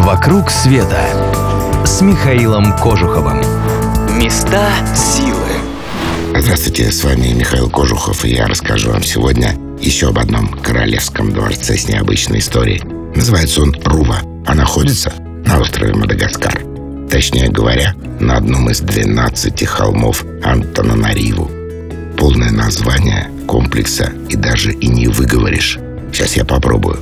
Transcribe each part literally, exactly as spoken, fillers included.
«Вокруг света» с Михаилом Кожуховым. Места силы. Здравствуйте, с вами Михаил Кожухов, и я расскажу вам сегодня еще об одном королевском дворце с необычной историей. Называется он Рува, а находится на острове Мадагаскар. Точнее говоря, на одном из двенадцати холмов Антананариву. Полное название комплекса и даже и не выговоришь. Сейчас я попробую.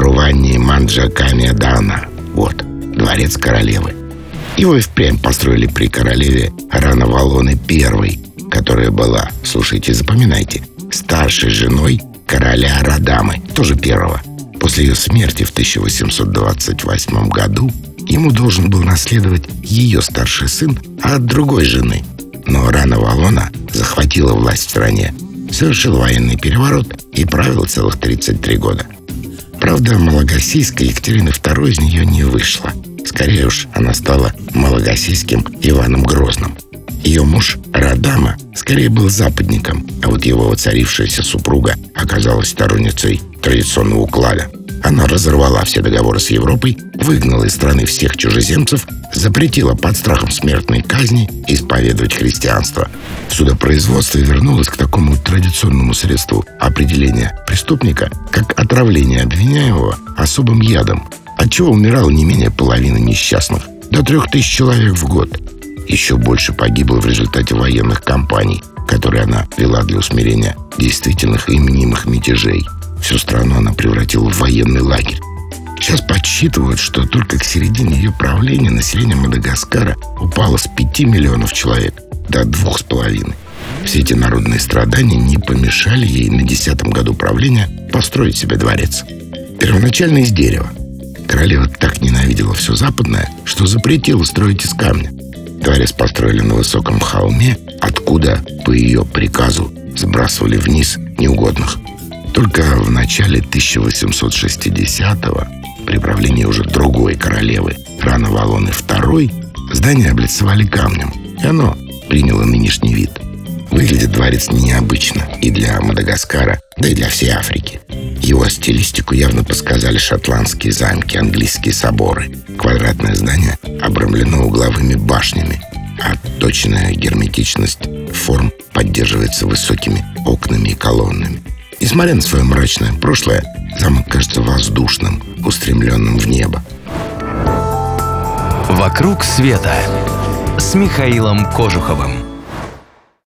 Рувани-Манджаками-Дана. Вот, дворец королевы. Его и впрямь построили при королеве Ранавалоне первой, которая была, слушайте, запоминайте, старшей женой короля Радамы, тоже первого. После ее смерти в тысяча восемьсот двадцать восьмом году ему должен был наследовать ее старший сын от другой жены. Но Ранавалона захватила власть в стране, совершила военный переворот и правила целых тридцать три года. Правда, малагасийская Екатерина вторая из нее не вышла. Скорее уж, она стала малагасийским Иваном Грозным. Ее муж Радама скорее был западником, а вот его воцарившаяся супруга оказалась сторонницей традиционного уклада. Она разорвала все договоры с Европой, выгнала из страны всех чужеземцев, запретила под страхом смертной казни исповедовать христианство. В судопроизводстве вернулась к такому традиционному средству определения преступника, как отравление обвиняемого особым ядом, от чего умирало не менее половины несчастных, до трех тысяч человек в год. Еще больше погибло в результате военных кампаний, которые она вела для усмирения действительных и мнимых мятежей. Всю страну она превратила в военный лагерь. Сейчас подсчитывают, что только к середине ее правления население Мадагаскара упало с пяти миллионов человек до двух с половиной. Все эти народные страдания не помешали ей на десятом году правления построить себе дворец. Первоначально из дерева. Королева так ненавидела все западное, что запретила строить из камня. Дворец построили на высоком холме, откуда, по ее приказу, сбрасывали вниз неугодных. Только в начале тысяча восемьсот шестидесятого, при правлении уже другой королевы, Ранавалоны второй, здание облицевали камнем, и оно приняло нынешний вид. Выглядит дворец необычно и для Мадагаскара, да и для всей Африки. Его стилистику явно подсказали шотландские замки, английские соборы. Квадратное здание обрамлено угловыми башнями, а точная герметичность форм поддерживается высокими окнами и колоннами. Несмотря на свое мрачное прошлое, замок кажется воздушным, устремленным в небо. «Вокруг света» с Михаилом Кожуховым.